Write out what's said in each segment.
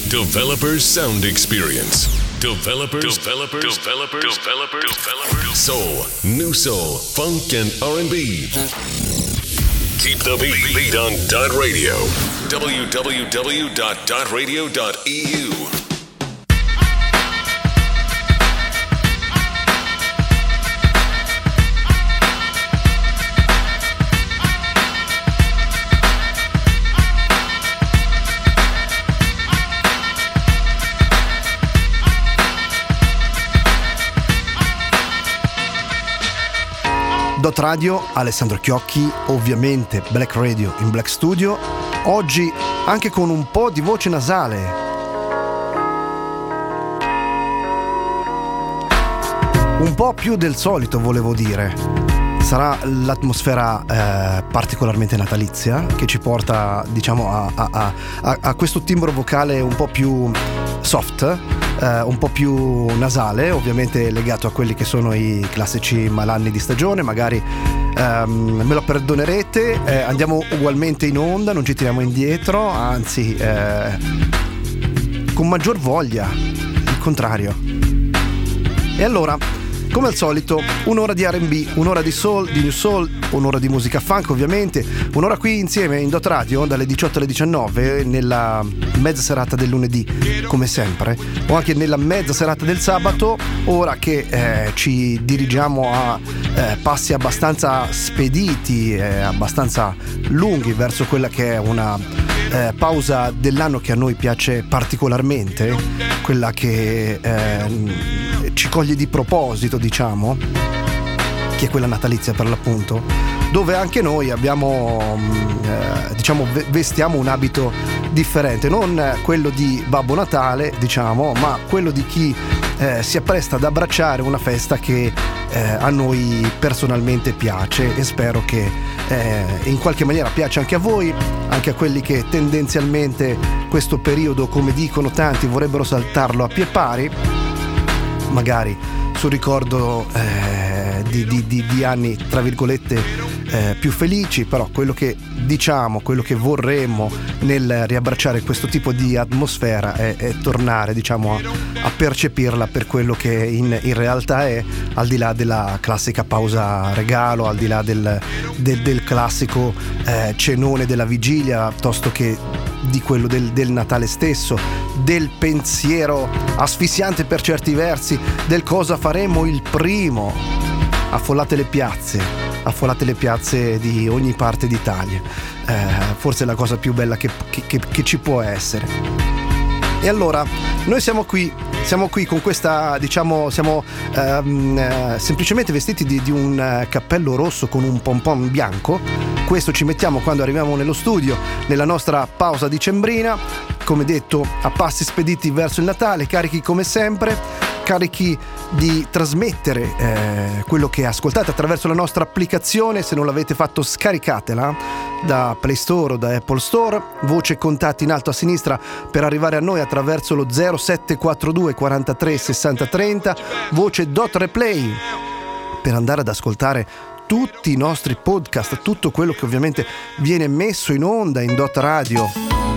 Developers Sound Experience. Developers. Soul, new soul, funk and R&B. Keep the beat on Dot Radio. www.dotradio.eu. Dot Radio, Alessandro Chiocchi, ovviamente Black Radio in Black Studio, oggi anche con un po' di voce nasale. Un po' più del solito, volevo dire. Sarà l'atmosfera particolarmente natalizia che ci porta, diciamo, a questo timbro vocale un po' più soft, un po' più nasale, ovviamente legato a quelli che sono i classici malanni di stagione. Magari me lo perdonerete, andiamo ugualmente in onda, non ci tiriamo indietro, anzi con maggior voglia, il contrario. E allora, come al solito, un'ora di R&B, un'ora di soul, di new soul, un'ora di musica funk ovviamente, un'ora qui insieme in Dot Radio dalle 18 alle 19 nella mezza serata del lunedì, come sempre, o anche nella mezza serata del sabato, ora che ci dirigiamo a passi abbastanza spediti, abbastanza lunghi verso quella che è una pausa dell'anno che a noi piace particolarmente, quella che ci coglie di proposito, diciamo, che è quella natalizia per l'appunto, dove anche noi abbiamo vestiamo un abito differente, non quello di Babbo Natale, diciamo, ma quello di chi si appresta ad abbracciare una festa che a noi personalmente piace, e spero che in qualche maniera piace anche a voi, anche a quelli che tendenzialmente questo periodo, come dicono tanti, vorrebbero saltarlo a pie pari, magari sul ricordo di anni tra virgolette più felici. Però quello che diciamo, quello che vorremmo nel riabbracciare questo tipo di atmosfera è tornare, diciamo, a percepirla per quello che in realtà è, al di là della classica pausa regalo, al di là del classico cenone della vigilia, piuttosto che di quello del Natale stesso, del pensiero asfissiante per certi versi del cosa faremo il primo. Affollate le piazze di ogni parte d'Italia, forse è la cosa più bella che ci può essere. E allora noi siamo qui con questa, diciamo, siamo semplicemente vestiti di un cappello rosso con un pompon bianco. Questo ci mettiamo quando arriviamo nello studio, nella nostra pausa dicembrina, come detto, a passi spediti verso il Natale, carichi come sempre, carichi di trasmettere quello che ascoltate attraverso la nostra applicazione. Se non l'avete fatto, scaricatela da Play Store o da Apple Store, voce contatti in alto a sinistra per arrivare a noi attraverso lo 0742 43 60 30, voce Dot Replay per andare ad ascoltare tutti i nostri podcast, tutto quello che ovviamente viene messo in onda in Dot Radio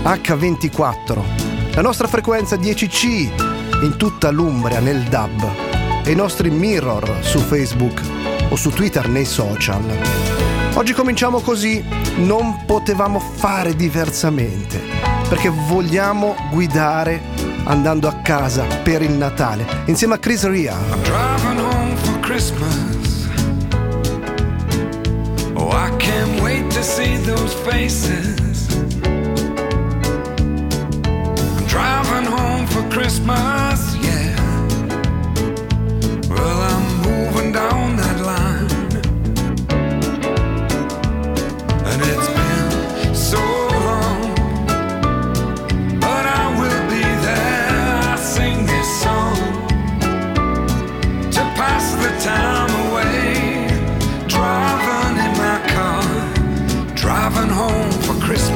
H24, la nostra frequenza 10C in tutta l'Umbria nel DAB, e i nostri mirror su Facebook o su Twitter nei social. Oggi cominciamo così, non potevamo fare diversamente, perché vogliamo guidare andando a casa per il Natale insieme a Chris Ria. I'm driving home for Christmas. Oh, I can't wait to see those faces. I'm driving home for Christmas, yeah. Well, I'm moving down that line, and it's been so long, but I will be there. I sing this song to pass the time away, driving in my car, driving home for Christmas.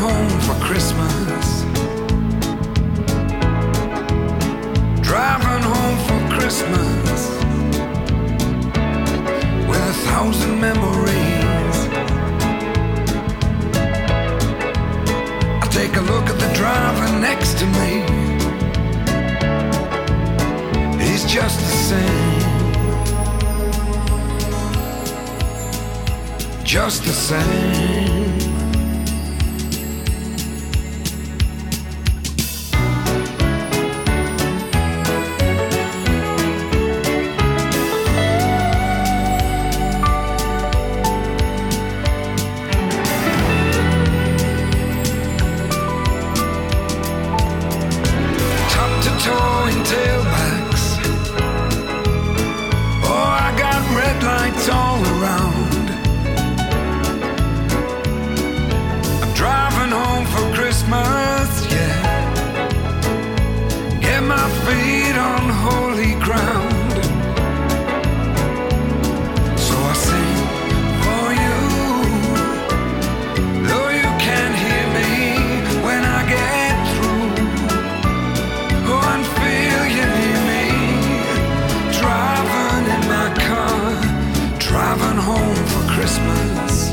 home for Christmas. Driving home for Christmas with 1,000 memories. I take a look at the driver next to me. He's just the same. Just the same. Top to toe in tailbacks. Oh, I got red lights all around. Driving home for Christmas, yeah. Get my feet on holy ground. So I sing for you, though you can't hear me when I get through. Go and feel you near me. Driving in my car, driving home for Christmas.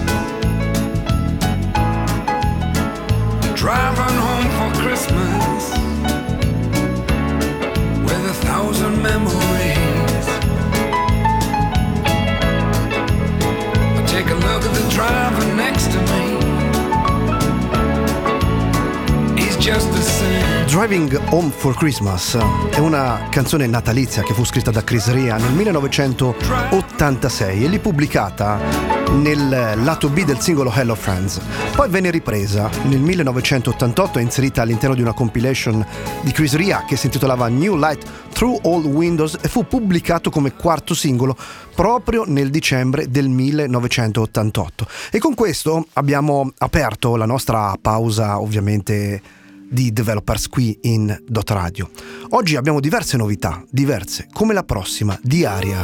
Driving home for Christmas with 1,000 memories. I take a look at the driver next to me. He's just the same. Driving Home for Christmas è una canzone natalizia che fu scritta da Chris Rea nel 1986 e lì pubblicata nel lato B del singolo Hello Friends. Poi venne ripresa nel 1988 e inserita all'interno di una compilation di Chris Rea che si intitolava New Light Through All Windows e fu pubblicato come quarto singolo proprio nel dicembre del 1988. E con questo abbiamo aperto la nostra pausa, ovviamente, di Developers qui in Dot Radio. Oggi abbiamo diverse novità, diverse, come la prossima di Aria.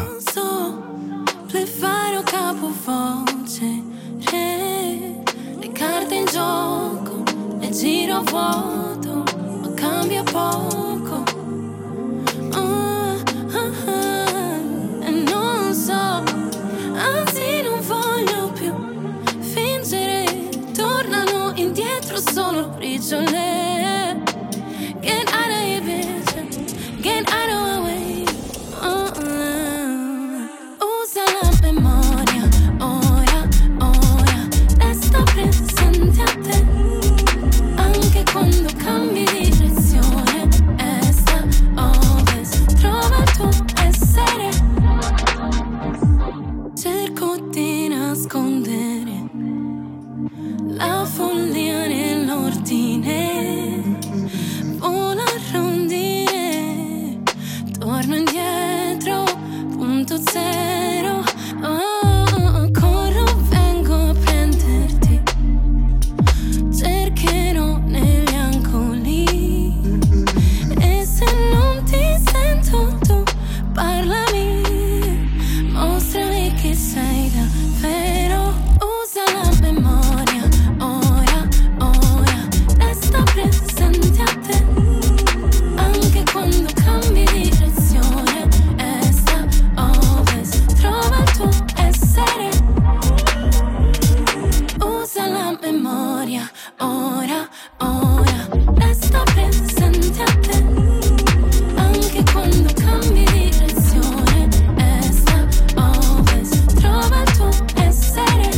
Le carte in gioco, le giro a vuoto, ma cambia poco. E non so, anzi non voglio più fingere. Tornano indietro solo briciole. Get out of here, bitch. Get out of my way. Usa la memoria. Presente a te, anche quando cambi direzione, est, ovest, trova il tuo essere. Cerco di nascondere la follia nell'ordine, vola a rondine, torno indietro, punto zero. Corro, vengo a prenderti. Cercherò negli angoli e se non ti sento tu parlami, mostrami che sei davvero. Usa la memoria, ora, resta presente a te, anche quando cambi direzione, est, ovest, trova il tuo essere. Usa la memoria. Ora, resta presente a te, anche quando cambi direzione, est, ovest, trova il tuo essere.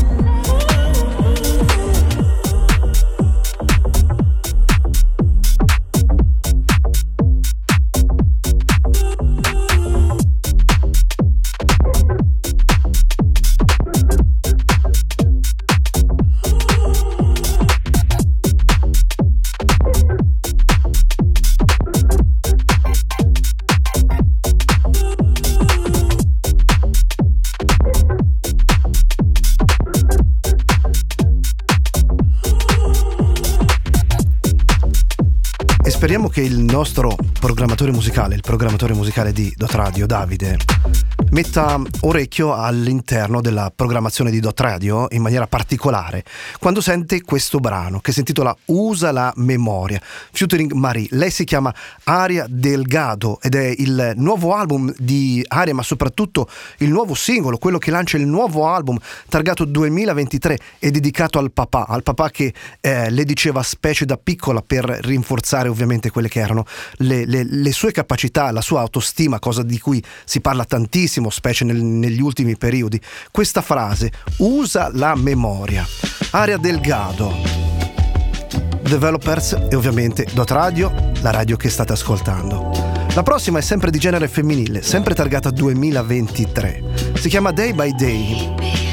Speriamo che il nostro programmatore musicale, il programmatore musicale di Dot Radio, Davide, metta orecchio all'interno della programmazione di Dot Radio in maniera particolare quando sente questo brano che si intitola Usa la memoria, featuring Marie. Lei si chiama Aria Delgado ed è il nuovo album di Aria, ma soprattutto il nuovo singolo, quello che lancia il nuovo album targato 2023 e dedicato al papà che le diceva specie da piccola per rinforzare ovviamente quelle che erano le sue capacità, la sua autostima, cosa di cui si parla tantissimo specie negli ultimi periodi. Questa frase, usa la memoria. Aria Delgado, Developers e ovviamente Dot Radio, la radio che state ascoltando. La prossima è sempre di genere femminile, sempre targata 2023. Si chiama Day by Day.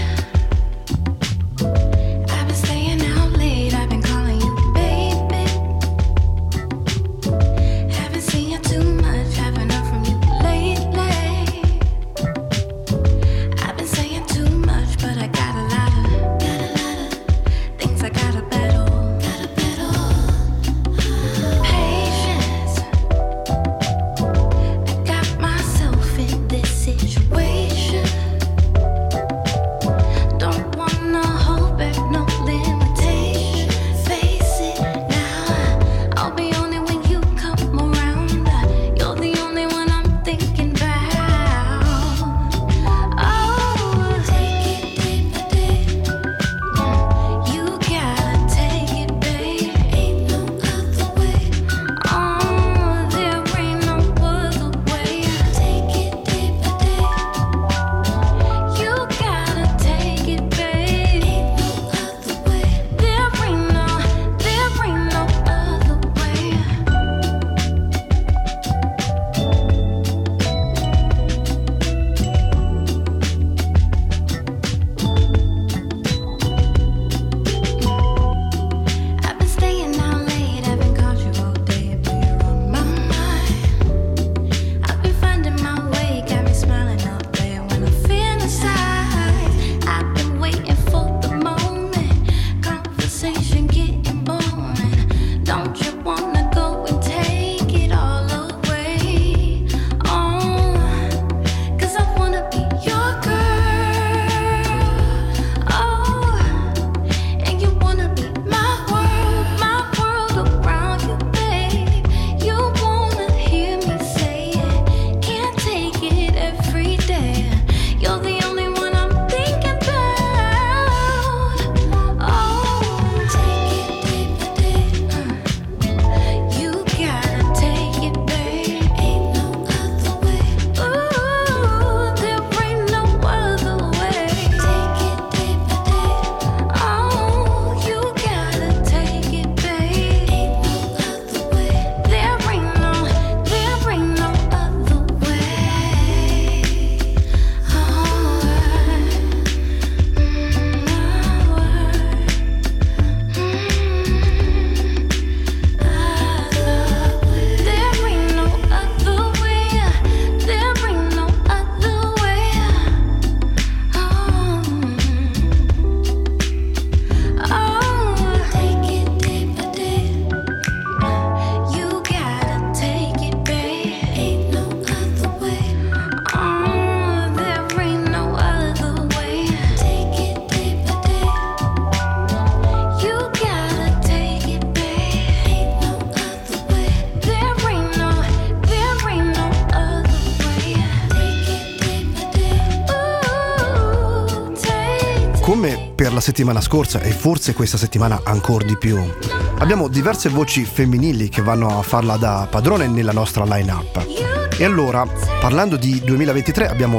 Come per la settimana scorsa e forse questa settimana ancora di più, abbiamo diverse voci femminili che vanno a farla da padrone nella nostra line-up. E allora, parlando di 2023, abbiamo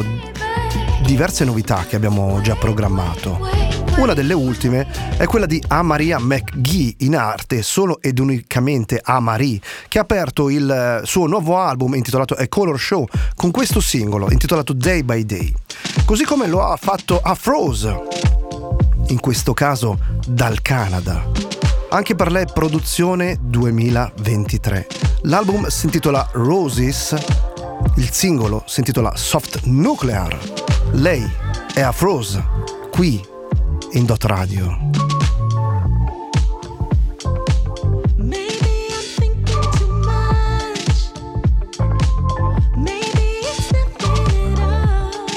diverse novità che abbiamo già programmato. Una delle ultime è quella di Amaria McGee, in arte solo ed unicamente Amarie, che ha aperto il suo nuovo album intitolato A Color Show con questo singolo intitolato Day by Day. Così come lo ha fatto Afroz, in questo caso dal Canada. Anche per lei produzione 2023. L'album si intitola Roses, il singolo si intitola Soft Nuclear. Lei è Afroz, qui in Dot Radio. Maybe it's not good enough.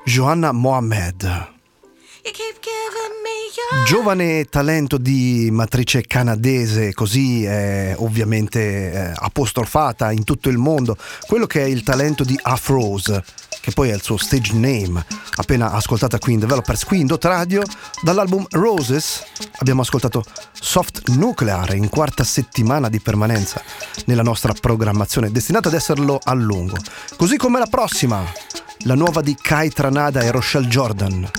Johanna Mohamed. Giovane talento di matrice canadese, così è ovviamente apostrofata in tutto il mondo, quello che è il talento di Afrose, che poi è il suo stage name, appena ascoltata qui in Developers, qui in Dot Radio. Dall'album Roses abbiamo ascoltato Soft Nuclear, in quarta settimana di permanenza nella nostra programmazione, destinata ad esserlo a lungo, così come la prossima, la nuova di Kai Tranada e Rochelle Jordan.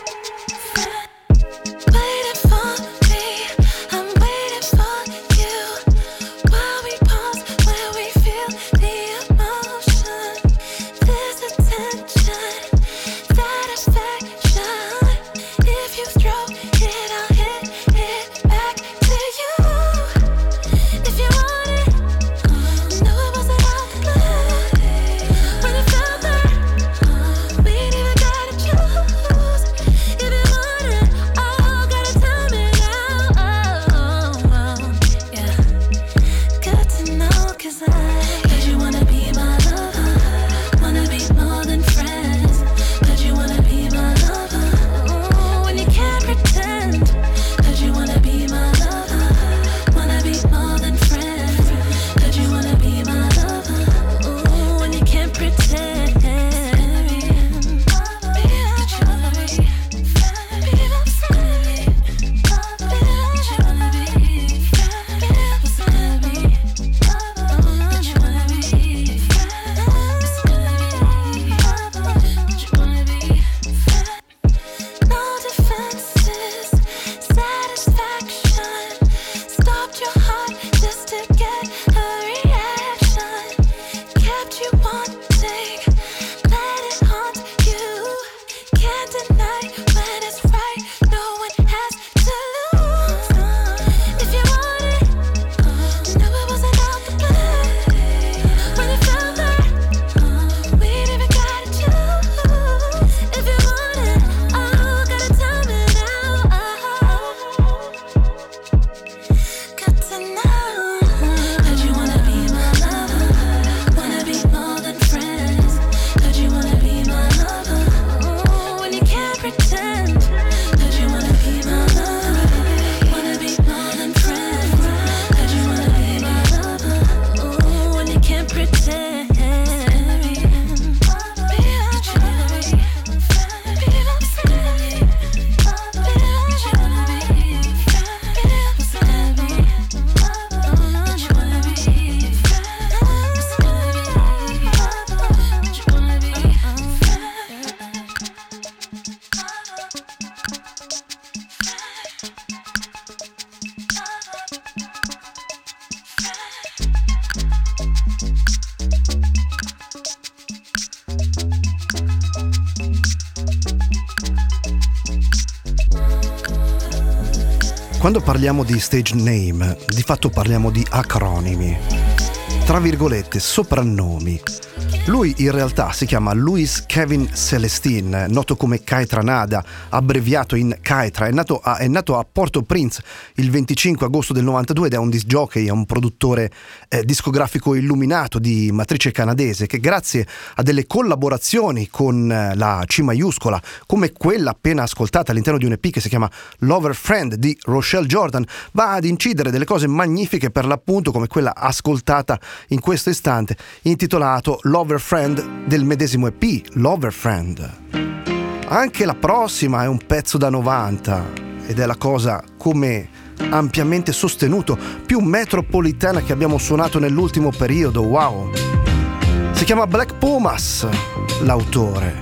Quando parliamo di stage name, di fatto parliamo di acronimi, tra virgolette, soprannomi. Lui in realtà si chiama Louis Kevin Celestin, noto come Kai Tranada, abbreviato in Kaitra. È nato a Port-au-Prince il 25 agosto del 92 ed è un disc jockey, è un produttore discografico illuminato di matrice canadese che, grazie a delle collaborazioni con la C maiuscola, come quella appena ascoltata all'interno di un EP che si chiama Lover Friend di Rochelle Jordan, va ad incidere delle cose magnifiche, per l'appunto come quella ascoltata in questo istante, intitolato Lover Friend del medesimo EP Lover Friend. Anche la prossima è un pezzo da 90 ed è la cosa, come ampiamente sostenuto, più metropolitana che abbiamo suonato nell'ultimo periodo. Wow! Si chiama Black Pumas, l'autore.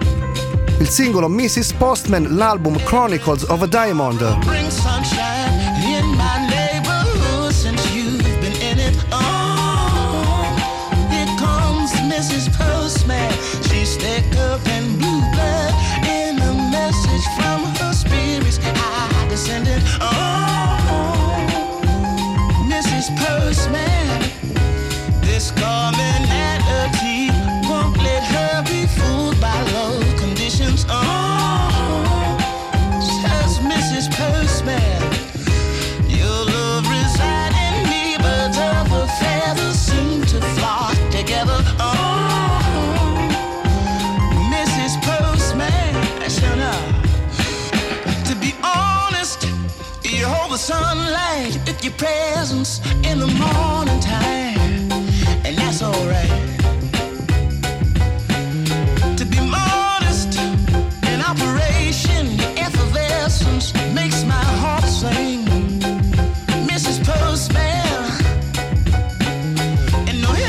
Il singolo Mrs. Postman, l'album Chronicles of a Diamond. Bring sunshine in my neighborhood since you've been in it. Oh, here comes Mrs. Postman. She's thick up and blue blood. In a message from her spirits I descended. Oh, Mrs. Postman, this commonality won't let her be fooled by low conditions. Oh, says Mrs. Postman, your love reside in me, birds of a feather seem to flock together. Oh, Mrs. Postman. the sunlight with your presence in the morning time, and that's alright. To be modest in operation, your effervescence makes my heart sing. Mrs. Postman, and no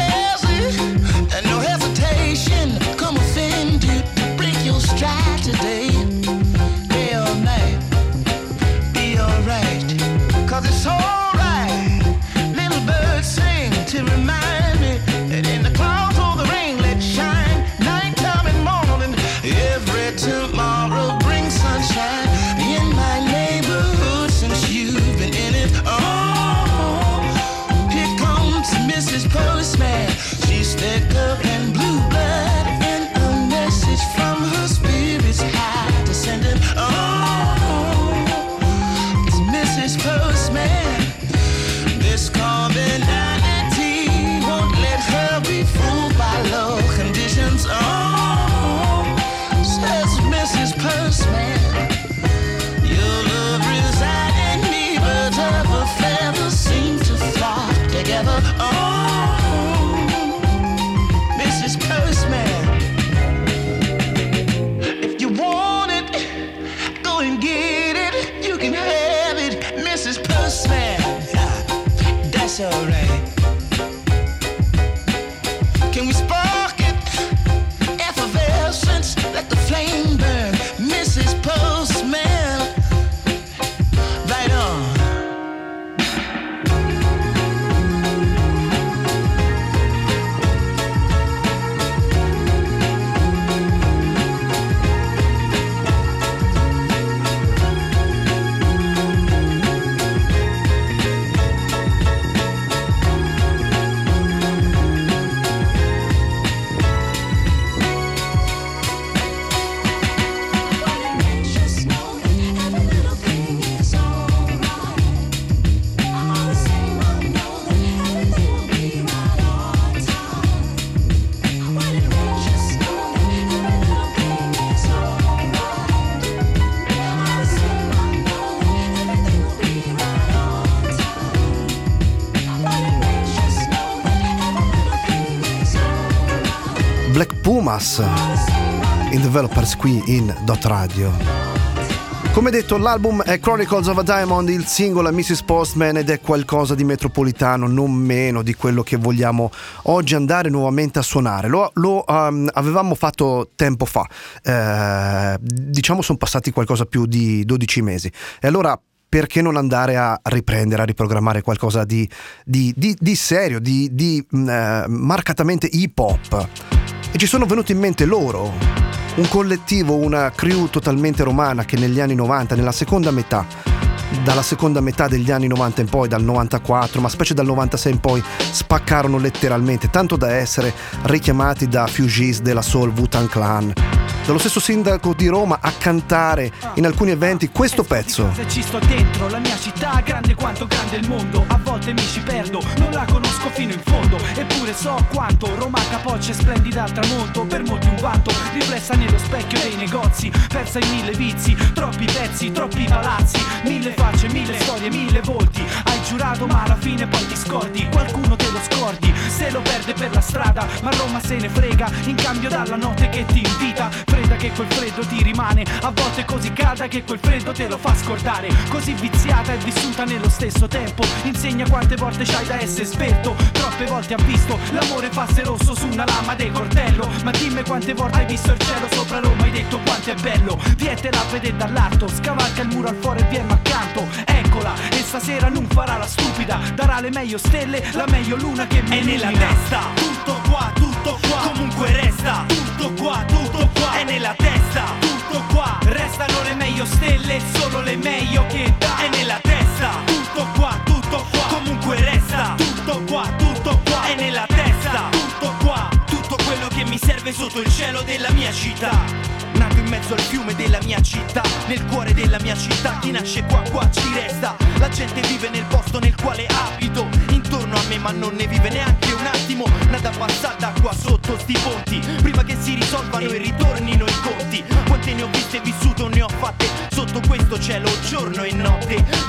hesitation, come offend you to break your stride today. Day or night, be alright, 'cause it's alright. Little birds sing to remind me that in the clouds or the rain, let's shine. Nighttime and morning, every tomorrow brings sunshine in my neighborhood since you've been in it. Oh, here comes Mrs. Postman. She's thick up and blue blood, and a message from her spirit's high descending. Oh, it's Mrs. Postman. This commonality won't let her be fooled by low conditions. Oh, says Mrs. Postman. Your love resides in me, birds of a feather seem to flock together. Oh, Mrs. Postman. If you want it, go and get it. You can have it, Mrs. Postman. That's alright. Can we spark it? Effervescence, let the flame burn, Mrs. Postman. Right on. Just know that every little thing is alright. I'm all the same, I know that everything will be right on time. When it rains, just know that every little thing is alright. I'm all the same, I know that everything will be right on time. When it rains, just know that every little thing is alright. Black Pumas in Developers qui in Dot Radio. Come detto, l'album è Chronicles of a Diamond, il singolo è Mrs. Postman ed è qualcosa di metropolitano, non meno di quello che vogliamo oggi andare nuovamente a suonare. Lo avevamo fatto tempo fa, diciamo sono passati qualcosa più di 12 mesi. E allora perché non andare a riprendere, a riprogrammare qualcosa di serio, di marcatamente hip hop? E ci sono venuti in mente loro, un collettivo, una crew totalmente romana che negli anni 90, dalla seconda metà degli anni 90 in poi, dal 94, ma specie dal 96 in poi, spaccarono letteralmente, tanto da essere richiamati da Fugees della Soul Wu-Tang Clan. Dallo stesso sindaco di Roma a cantare in alcuni eventi questo pezzo. Se ci sto dentro, la mia città grande quanto grande il mondo. A volte mi ci perdo, non la conosco fino in fondo. Eppure so quanto Roma capoccia e splendida al tramonto. Per molti un vanto, riflessa nello specchio dei negozi. Persa in mille vizi, troppi pezzi, troppi palazzi. Mille facce, mille storie, mille volti. Hai giurato ma alla fine poi ti scordi. Qualcuno te lo scordi, se lo perde per la strada. Ma Roma se ne frega, in cambio dalla notte che ti invita. Fredda che quel freddo ti rimane, a volte così calda che quel freddo te lo fa scordare. Così viziata e vissuta nello stesso tempo. Insegna quante volte c'hai da essere svelto. Troppe volte ha visto l'amore farsi rosso su una lama del coltello. Ma dimmi quante volte hai visto il cielo sopra Roma, hai detto quanto è bello. Vietela a vedere dall'alto, scavalca il muro al fuori e viene accanto. Eccola, e stasera non farà la stupida. Darà le meglio stelle, la meglio luna che mi illumina. È nella testa, tutto qua, comunque resta. Tutto qua, è nella testa, tutto qua. Restano le meglio stelle, solo le meglio che dà. È nella testa, tutto qua, comunque resta. Tutto qua, è nella testa, tutto qua. Tutto quello che mi serve sotto il cielo della mia città. Nato in mezzo al fiume della mia città, nel cuore della mia città. Chi nasce qua, qua ci resta. La gente vive nel posto nel quale abito. Intorno a me ma non ne vive neanche un attimo. Nada passata qua sotto sti ponti, prima che si risolvano e ritornino i conti. Quante ne ho viste e vissuto ne ho fatte sotto questo cielo giorno e notte. L'ho attraversato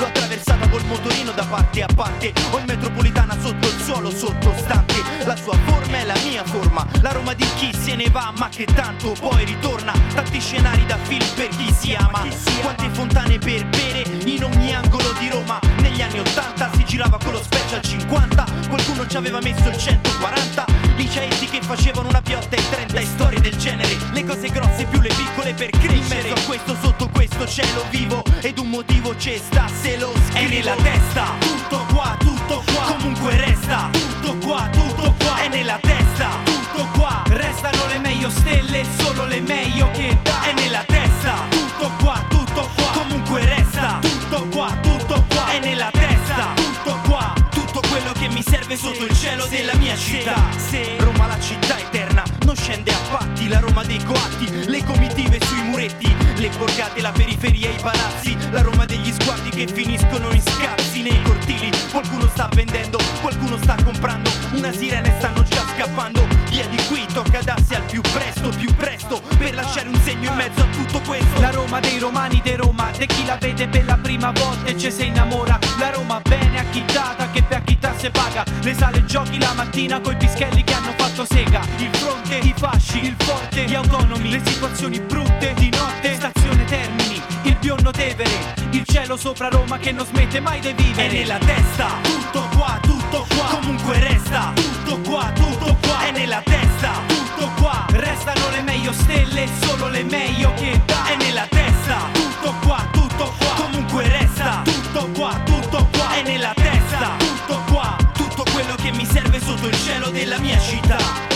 impulsata col motorino da parte a parte. Ho in metropolitana sotto il suolo sottostante. La sua forma è la mia forma, la Roma di chi se ne va ma che tanto poi ritorna. Tanti scenari da film per chi si ama, quante fontane per bere in ogni angolo di Roma. Negli anni 80 si girava con lo special 50, qualcuno ci aveva messo il 140. Liceesti che facevano una piotta e 30 e storie del genere, le cose grosse più le piccole per crescere. In mezzo a questo, sotto questo cielo vivo, ed un motivo c'è sta, se lo scrivo. È nella testa, tutto qua, comunque resta. Tutto qua, è nella testa, tutto qua. Restano le meglio stelle, solo le meglio che dà. È nella testa, tutto qua, comunque resta. Tutto qua, è nella testa, tutto qua. Tutto quello che mi serve sotto il cielo della mia città. Se Roma la città eterna, non scende a patti. La Roma dei coatti, le comitive sui muretti, le borgate, la periferia e i palazzi. La Roma degli sguardi che finiscono in scazzi nei cortili. Qualcuno sta vendendo, qualcuno sta comprando, una sirena e stanno già scappando. Via di qui, tocca darsi al più presto, per lasciare un segno in mezzo a tutto questo. La Roma dei romani di Roma, di chi la vede per la prima volta e ci si innamora. La Roma bene acchittata, che per acchittarsi paga. Le sale giochi la mattina coi pischelli che hanno fatto sega. Il fronte, i fasci, il forte, gli autonomi, le situazioni brutte di notte. Stazione Termini, il biondo Tevere, il cielo sopra Roma che non smette mai di vivere. È nella testa, tutto qua, comunque resta. Tutto qua, è nella testa, tutto qua. Restano le meglio stelle, solo le meglio che dà. È nella testa, tutto qua, comunque resta. Tutto qua, è nella testa, tutto qua. Tutto quello che mi serve sotto il cielo della mia città.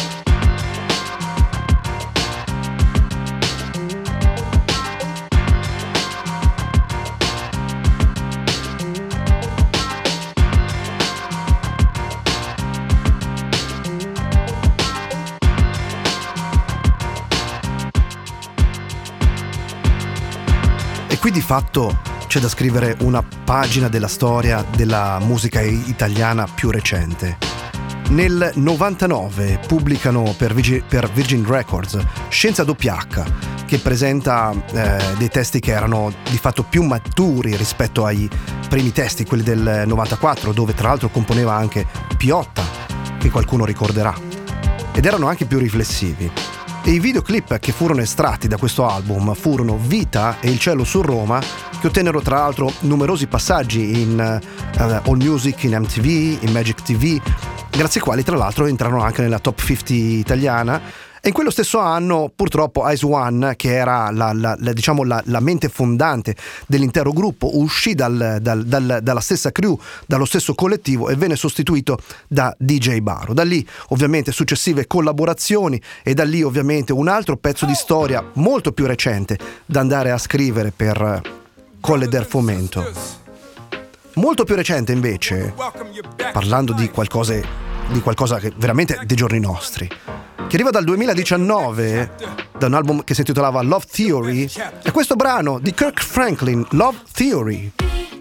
E qui di fatto c'è da scrivere una pagina della storia della musica italiana più recente. Nel 99 pubblicano per Virgin Records Scienza WH, che presenta dei testi che erano di fatto più maturi rispetto ai primi testi, quelli del 94, dove tra l'altro componeva anche Piotta, che qualcuno ricorderà, ed erano anche più riflessivi. E i videoclip che furono estratti da questo album furono Vita e Il cielo su Roma, che ottennero tra l'altro numerosi passaggi in All Music, in MTV, in Magic TV, grazie ai quali tra l'altro entrarono anche nella top 50 italiana. E in quello stesso anno purtroppo Ice One, che era la mente fondante dell'intero gruppo, uscì dalla stessa crew, dallo stesso collettivo, e venne sostituito da DJ Baro. Da lì ovviamente successive collaborazioni, e da lì ovviamente un altro pezzo di storia molto più recente da andare a scrivere per Colle del Fomento. Molto più recente invece, parlando di qualcosa che veramente dei giorni nostri, che arriva dal 2019, da un album che si intitolava Love Theory, è questo brano di Kirk Franklin, Love Theory.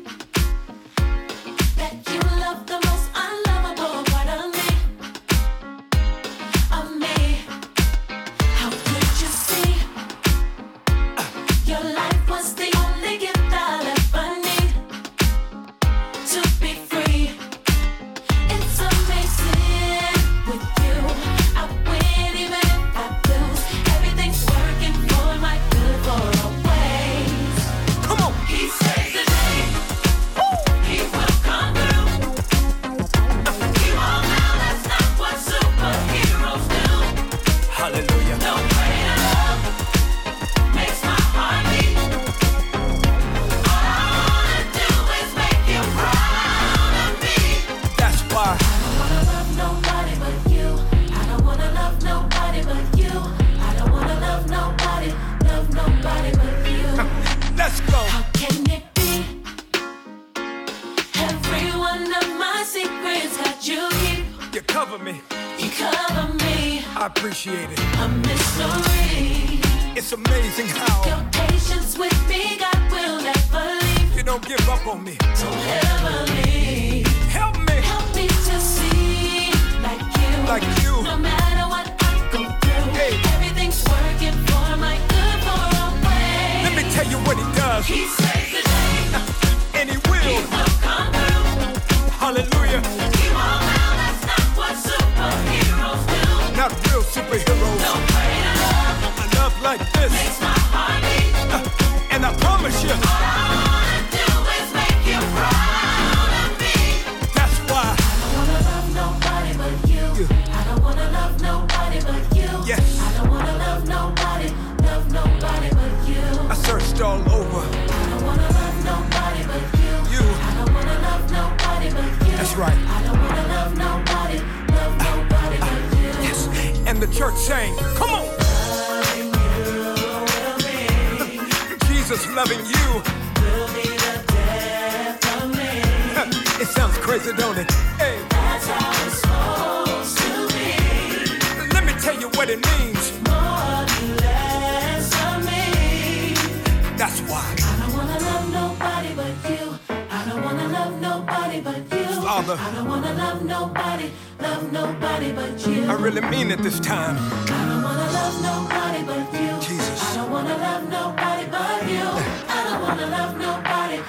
cover me. You cover me. I appreciate it. A mystery. It's amazing how Your patience with me, God will never leave. you don't give up on me. Don't ever leave. Help me Help me to see like you. No matter what I go through, Hey. everything's working for my good, for always. Let me tell you what he does. He saves the day. And he will. He will superheroes. No greater love. A love like this makes my heart beat. And I promise you, all I wanna do is make you proud of me. That's why I don't wanna love nobody but you. I don't wanna love nobody but you. Yes. I don't wanna love nobody but you. I searched all over. I don't wanna love nobody but you. I don't wanna love nobody but you. That's right. I don't wanna love nobody but you. Yes. And the church sang, come on. Loving you will be, Jesus loving you. will be the death of me. It sounds crazy, don't it? Hey, That's how it's supposed to be. let me tell you what it means. More you less of me. That's why. I don't wanna love nobody but you. I don't wanna love nobody but you. Father. I don't wanna love nobody but you. I really mean it this time. I don't wanna love nobody but you. Jesus. I don't wanna love nobody but you. I don't wanna love nobody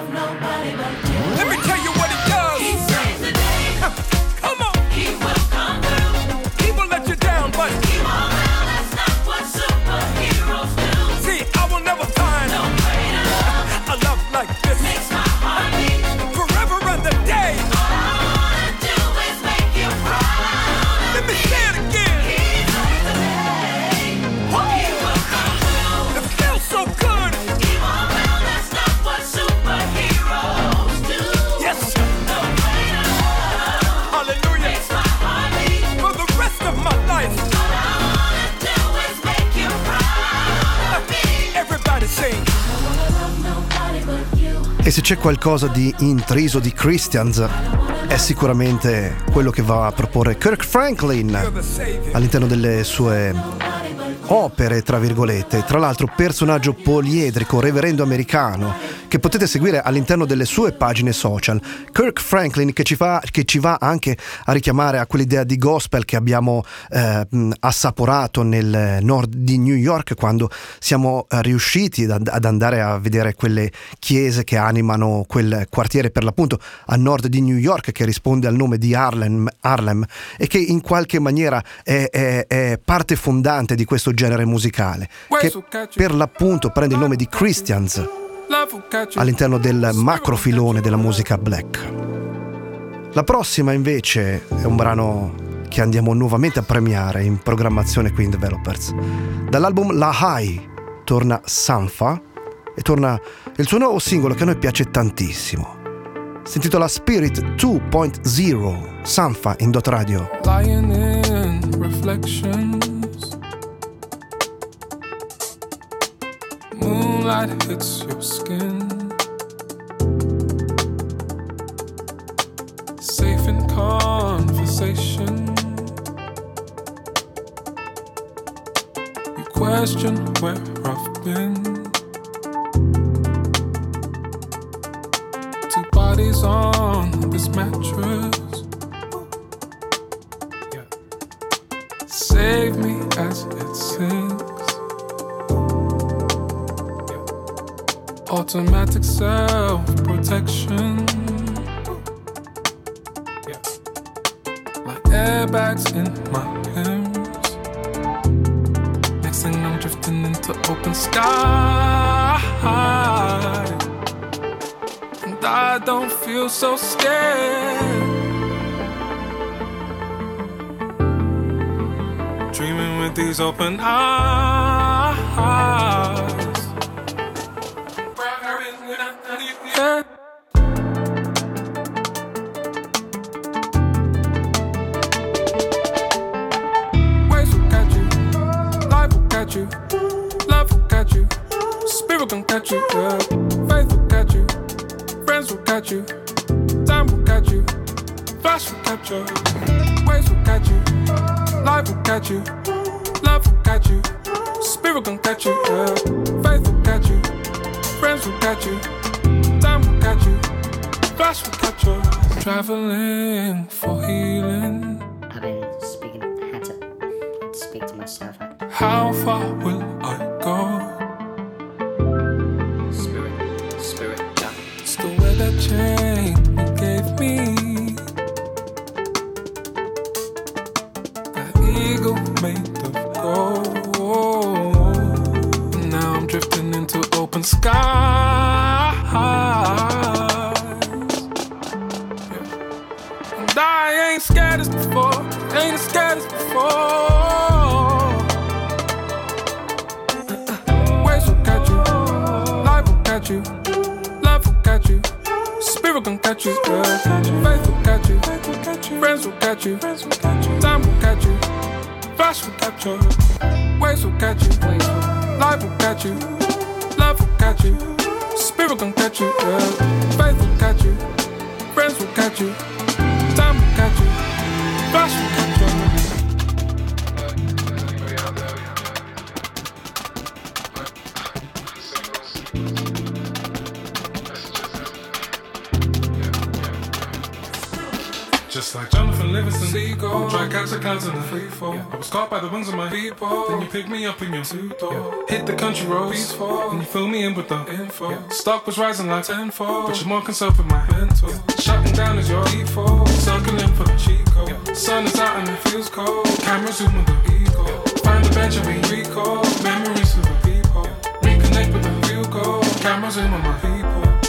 but you. Let me tell you what it does. He saves the day. Come on. He will come through. He will let you down, but He won't fail. That's not what superheroes do. see, I will never find No greater love a love like this. makes my heart beat. Forever and the day. All I wanna do is make you proud. Let me say it again. He saves the day. He will come through. It feels so good. He won't fail. That's not what superheroes do. Yes. No greater love Hallelujah. makes my heart beat. For the rest of my life. All I wanna do is make you proud of me. Everybody sing. I don't wanna love nobody but you. E se c'è qualcosa di intriso di Christians è sicuramente quello che va a proporre Kirk Franklin You're the Savior. all'interno delle sue opere, tra virgolette. Tra l'altro personaggio poliedrico, reverendo americano, che potete seguire all'interno delle sue pagine social. Kirk Franklin che ci va anche a richiamare a quell'idea di gospel che abbiamo assaporato nel nord di New York quando siamo riusciti ad andare a vedere quelle chiese che animano quel quartiere, per l'appunto a nord di New York, che risponde al nome di Harlem e che in qualche maniera è parte fondante di questo genere musicale, che per l'appunto prende il nome di Christians all'interno del macrofilone della musica black. La prossima invece è un brano che andiamo nuovamente a premiare in programmazione qui in Developers. Dall'album La High torna Sanfa e torna il suo nuovo singolo che a noi piace tantissimo. Si intitola Spirit 2.0, Sanfa in Dot Radio. Lying in reflections, moonlight hits your skin, safe in conversation. You question where I've been. Two bodies on this mattress. Yeah. Save me as it sinks. Yeah. Automatic self-protection. Yeah. Like airbags in my limbs. Next thing I'm drifting into open sky. I don't feel so scared. Dreaming with these open eyes. Yeah. Waves will catch you, life will catch you, love will catch you, spirit gon' catch you, yeah. Faith will catch you. Friends will catch you, time will catch you, flash will catch you, waves will catch you, life will catch you, love will catch you, spirit gon' catch you, yeah. Faith will catch you, friends will catch you, time will catch you, flash will catch you. Traveling for healing. I've been had to speak to myself. How far will I go? Spirit, yeah. Still wear that chain you gave me. That eagle made of gold. And now I'm drifting into open skies. And I ain't scared as before, ain't as scared as before. Waves will catch you, life will catch you, love will catch you, spirit gon' catch you, faith will catch you, friends will catch you, time will catch you, flash will catch you, waves will catch you, life will catch you, love will catch you, spirit gon' catch you, faith will catch you, friends will catch you, time will catch you, flash will catch you. Just like Jonathan Livingston, seagull, try catch the clouds in a free fall. I was caught by the wings of my people. Then you pick me up in your suit door. Hit the country roads, peaceful, and you fill me in with the info. Stock was rising like tenfold, but you're more concerned with my mental. Shutting down is your default, circling for the cheat code. Sun is out and it feels cold. Camera zoom with the ego. Find the bench and we recall memories of the people. Reconnect with the real goal. Camera zoom on my people.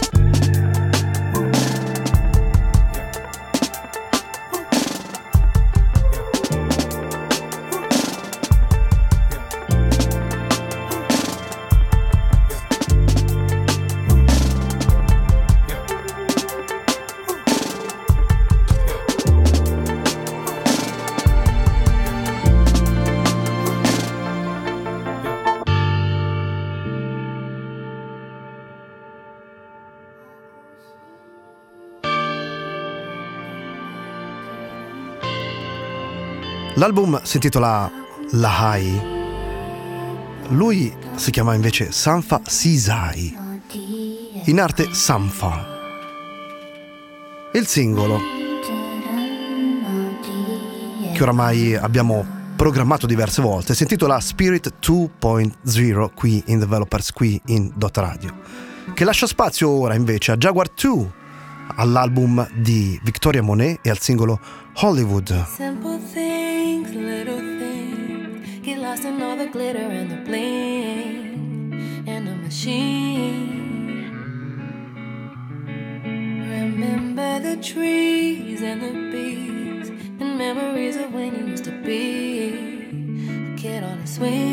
L'album si intitola Lahai. Lui si chiama invece Sampha Sisai, in arte Sampha. Il singolo, che oramai abbiamo programmato diverse volte, si intitola Spirit 2.0 qui in Developers, qui in Dot Radio, che lascia spazio ora invece a Jaguar 2, all'album di Victoria Monet e al singolo Hollywood. Simple things, little things, get lost in all the glitter and the bling and the machine. Remember the trees and the bees and memories of when you used to be a kid on a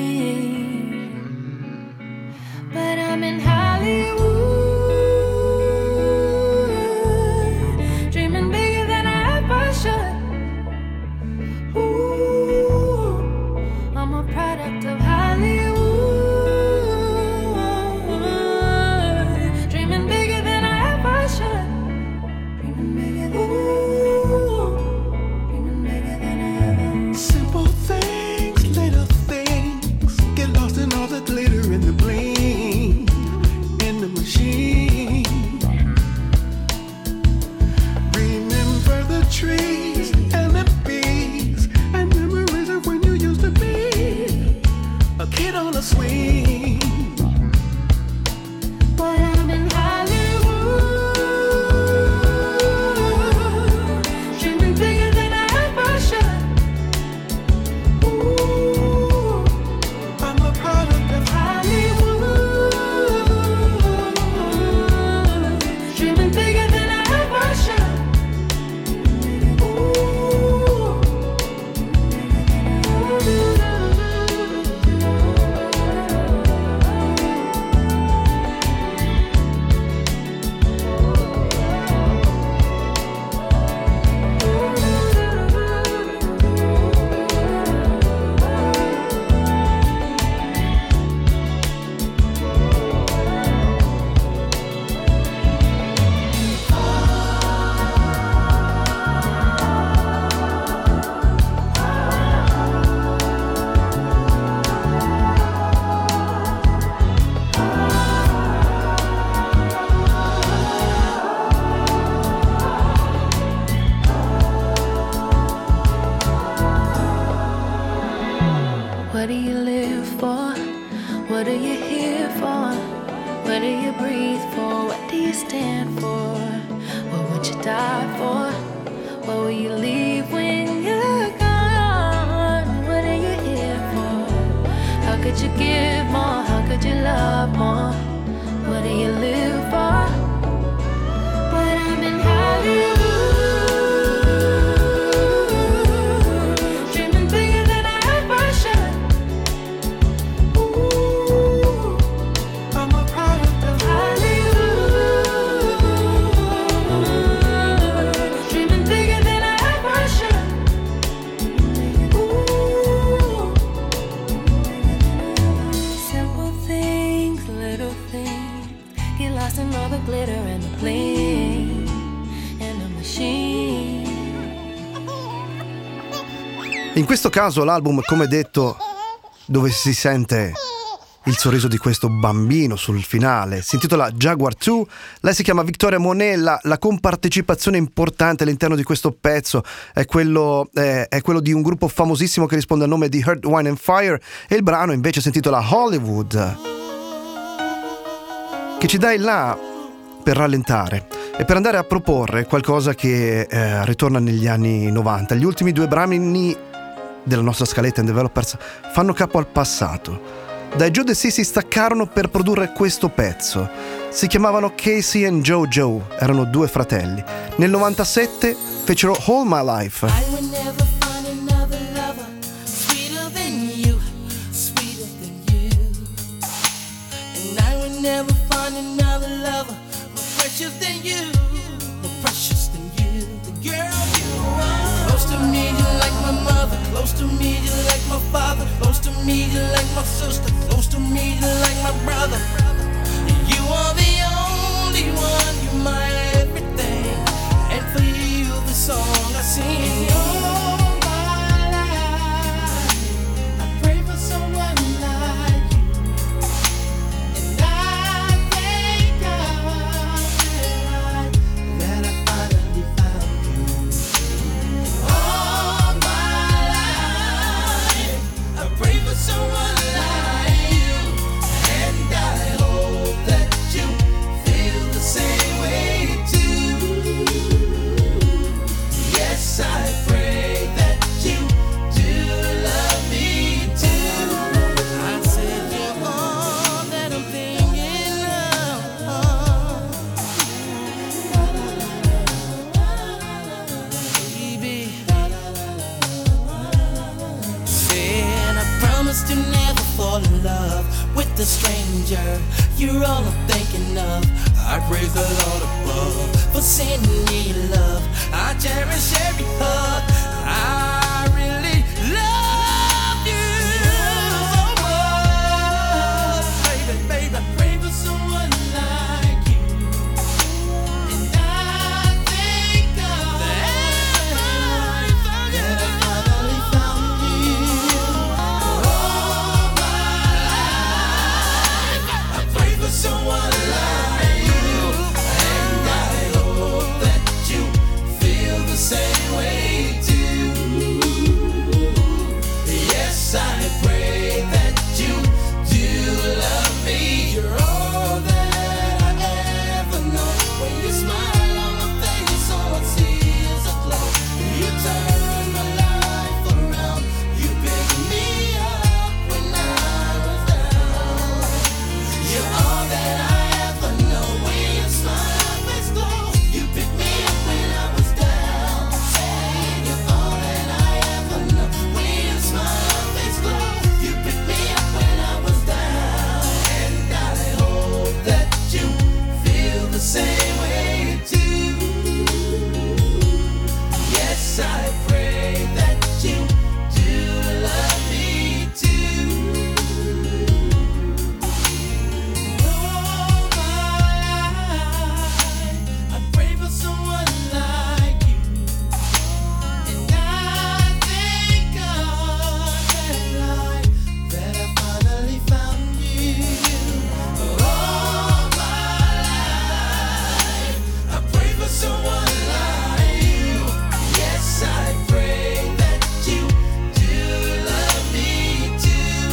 swing. But I'm in Hollywood, dreaming bigger than I ever should. Ooh, I'm a product of Hollywood, dreaming bigger than I ever should. Dreaming bigger than dreaming bigger than I ever. Simple things, little things, get lost in all the glitter and the bling in the machine. Remember the trees and the bees and memories of when you used to be a kid on a swing. But I'm in Hollywood, dreaming bigger than I ever should. Ooh, I'm a product of Hollywood, dreaming bigger than I ever should. Ooh, what do you live for? What are you here for? What do you breathe for? What do you stand for? What would you die for? What will you leave when you're gone? could you give more? How could you love more? What do you live for? But I'm in Hollywood, dreaming bigger than I ever should. Ooh, I'm a product of Hollywood, dreaming bigger than I ever should. Ooh, simple things, little things, get lost in all the glitter and the bling and the machine. In questo caso l'album, come detto, dove si sente il sorriso di questo bambino sul finale, si intitola Jaguar 2. Lei si chiama Victoria Monella. La compartecipazione importante all'interno di questo pezzo è quello di un gruppo famosissimo che risponde al nome di Earth, Wine and Fire, e il brano invece si intitola Hollywood, che ci dà il là per rallentare e per andare a proporre qualcosa che ritorna negli anni 90. Gli ultimi due brani della nostra scaletta in Developers fanno capo al passato. Dai Joe Desi si staccarono per produrre questo pezzo. Si chiamavano Casey and Joe, erano due fratelli. Nel 97 fecero All My Life. I would never find another lover sweeter than you, sweeter than you. And I would never find another lover more precious than you, more precious than you. The girl you are. Close to me, you like my mother. Close to me, you like my father. Close to me, you like my sister. Close to me, you like my brother. You are the only one, you're my everything. And for you, the song I sing. All my life, I pray for someone like you. And I thank God that I finally found you. All my life, I pray for someone like you. And I hope that you feel the same way too. Yes, I pray that you do love me too. I said you're all that I'm thinking of, baby. Said I promised to never fall in love with a stranger. You're all I'm thinking of. I praise the Lord above for sending me love. I cherish every hug. I really love you so much, baby, baby. I pray for someone like you. And I thank God that I finally found you. All my life, I pray for someone like you. And I hope that you feel the same way too. Yes, I pray that you do love me. You're all that I ever know. When you smile on my face, all I see is a glow. You turn my life around. You pick me up when I was down. You're all that I ever know. When you smile, my face glow. You pick me up when I was down. Say you're all that I ever know. When you smile, my face glow. You pick me up when I was down. And I hope that you feel the same way too. Yes, I pray that you do love me too. All my life, I pray for someone like you. And I thank God that I finally found you. All my life, I pray for someone like you. Yes, I pray that you do love me too.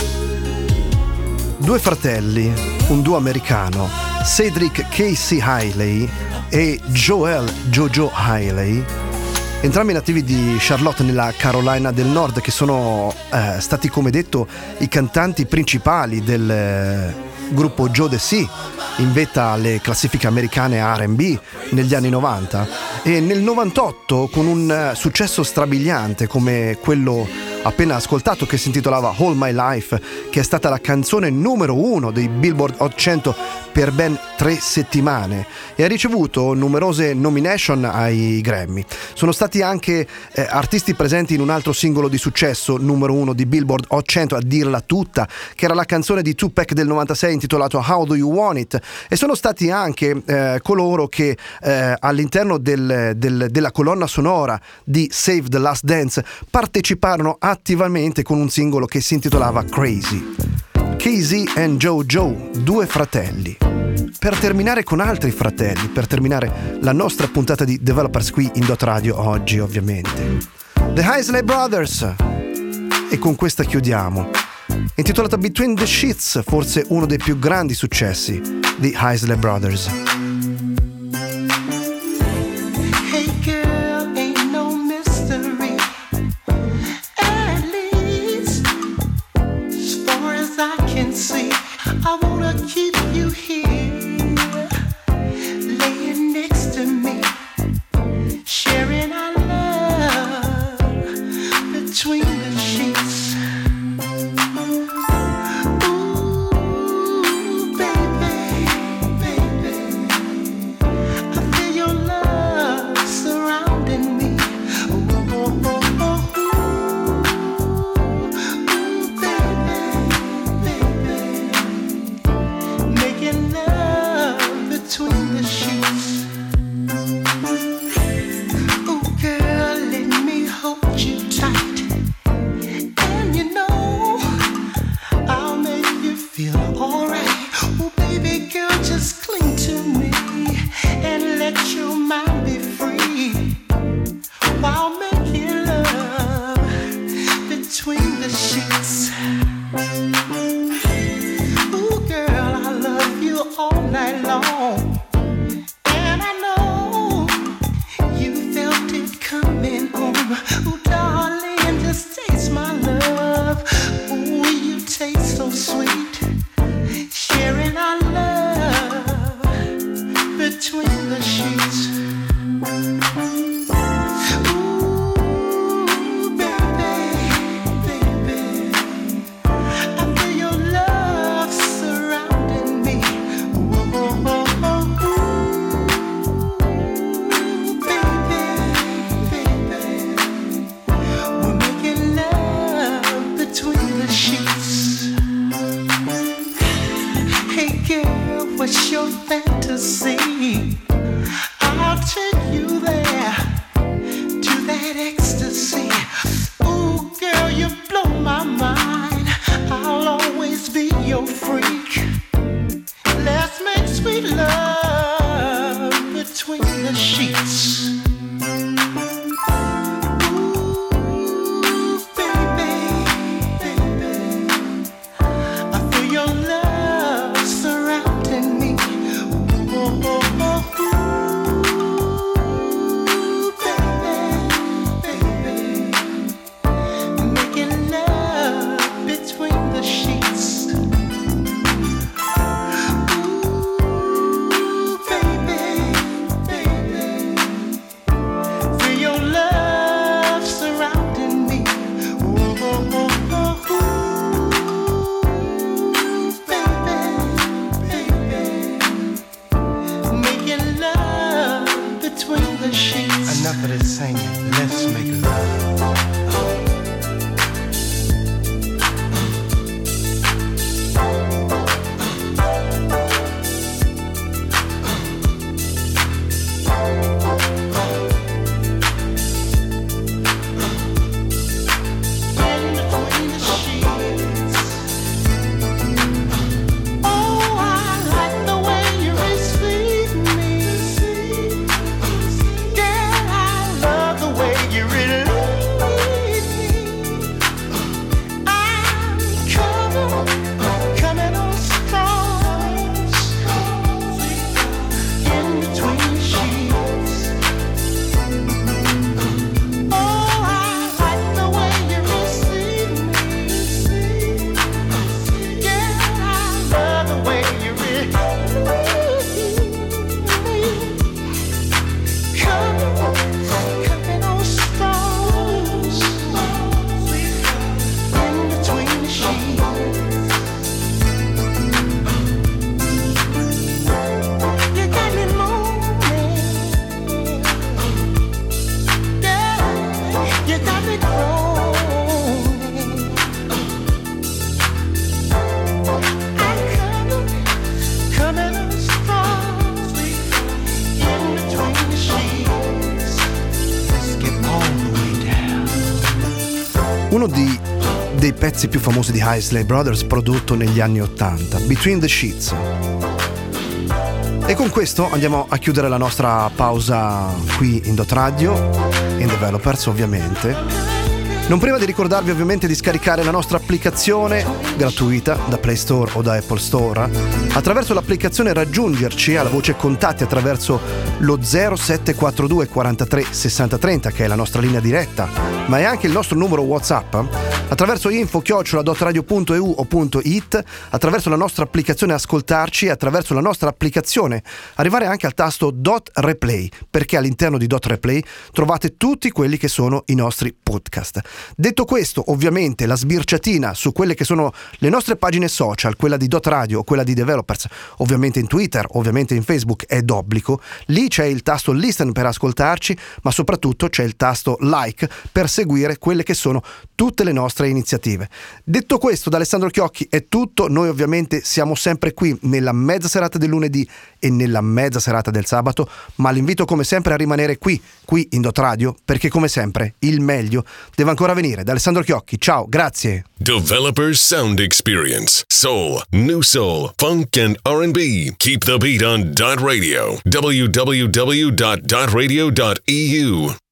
Due fratelli, un duo americano, Cedric Casey Hailey e Joel Jojo Hailey, entrambi nativi di Charlotte nella Carolina del Nord, che sono stati, come detto, i cantanti principali del gruppo Joe Desi, in vetta alle classifiche americane R&B negli anni 90, e nel 98 con un successo strabiliante come quello appena ascoltato, che si intitolava All My Life, che è stata la canzone numero 1 dei Billboard Hot 100 per ben 3 settimane e ha ricevuto numerose nomination ai Grammy. Sono stati anche artisti presenti in un altro singolo di successo numero 1 di Billboard Hot 100, a dirla tutta, che era la canzone di Tupac del 96 intitolato How Do You Want It, e sono stati anche coloro che all'interno della colonna sonora di Save the Last Dance parteciparono attivamente con un singolo che si intitolava Crazy. Casey and Joe, due fratelli, per terminare con altri fratelli, per terminare la nostra puntata di Developers qui in Dot Radio oggi, ovviamente The Isley Brothers, e con questa chiudiamo, intitolata Between the Sheets, forse uno dei più grandi successi di Isley Brothers. Hey girl, ain't no mystery. At least, as far as I can see, I wanna keep you here, laying next to me, sharing our love between the sheets. Ooh, baby, baby, I feel your love surrounding me. Ooh, oh, oh, oh, ooh, baby, baby, making love between the sheets. Ooh, girl, let me hold you tight, and you know I'll make you feel alright. Oh, baby girl, just cling to me and let your mind be free while making love between the sheets. Ooh, girl, I love you all night long, and I know you felt it coming home. Ooh, darling, just taste my love. Ooh, you taste so sweet, sharing our love between the sheets. Ooh, baby, baby, I feel your love surrounding me. Ooh, oh, oh, oh, pezzi più famosi di Isley Brothers prodotto negli anni 80, Between the Sheets. E con questo andiamo a chiudere la nostra pausa qui in Dot Radio, in Developers ovviamente. Non prima di ricordarvi ovviamente di scaricare la nostra applicazione gratuita da Play Store o da Apple Store. Attraverso l'applicazione raggiungerci alla voce contatti attraverso lo 0742 43 60 30, che è la nostra linea diretta, ma è anche il nostro numero WhatsApp, attraverso info@dotradio.eu o .it, attraverso la nostra applicazione ascoltarci e attraverso la nostra applicazione arrivare anche al tasto Dot Replay, perché all'interno di Dot Replay trovate tutti quelli che sono i nostri podcast. Detto questo, ovviamente la sbirciatina su quelle che sono le nostre pagine social, quella di Dot Radio o quella di Developers, ovviamente in Twitter, ovviamente in Facebook, è d'obbligo. Lì c'è il tasto Listen per ascoltarci, ma soprattutto c'è il tasto Like per seguire quelle che sono tutte le nostre iniziative. Detto questo, da Alessandro Chiocchi è tutto. Noi ovviamente siamo sempre qui nella mezza serata del lunedì e nella mezza serata del sabato, ma l'invito come sempre a rimanere qui in Dot Radio, perché come sempre il meglio deve ancora venire. Da Alessandro Chiocchi, ciao, grazie. Developers Sound Experience. Soul, New Soul, Funk and R&B. Keep the beat on Dot Radio. www.dotradio.eu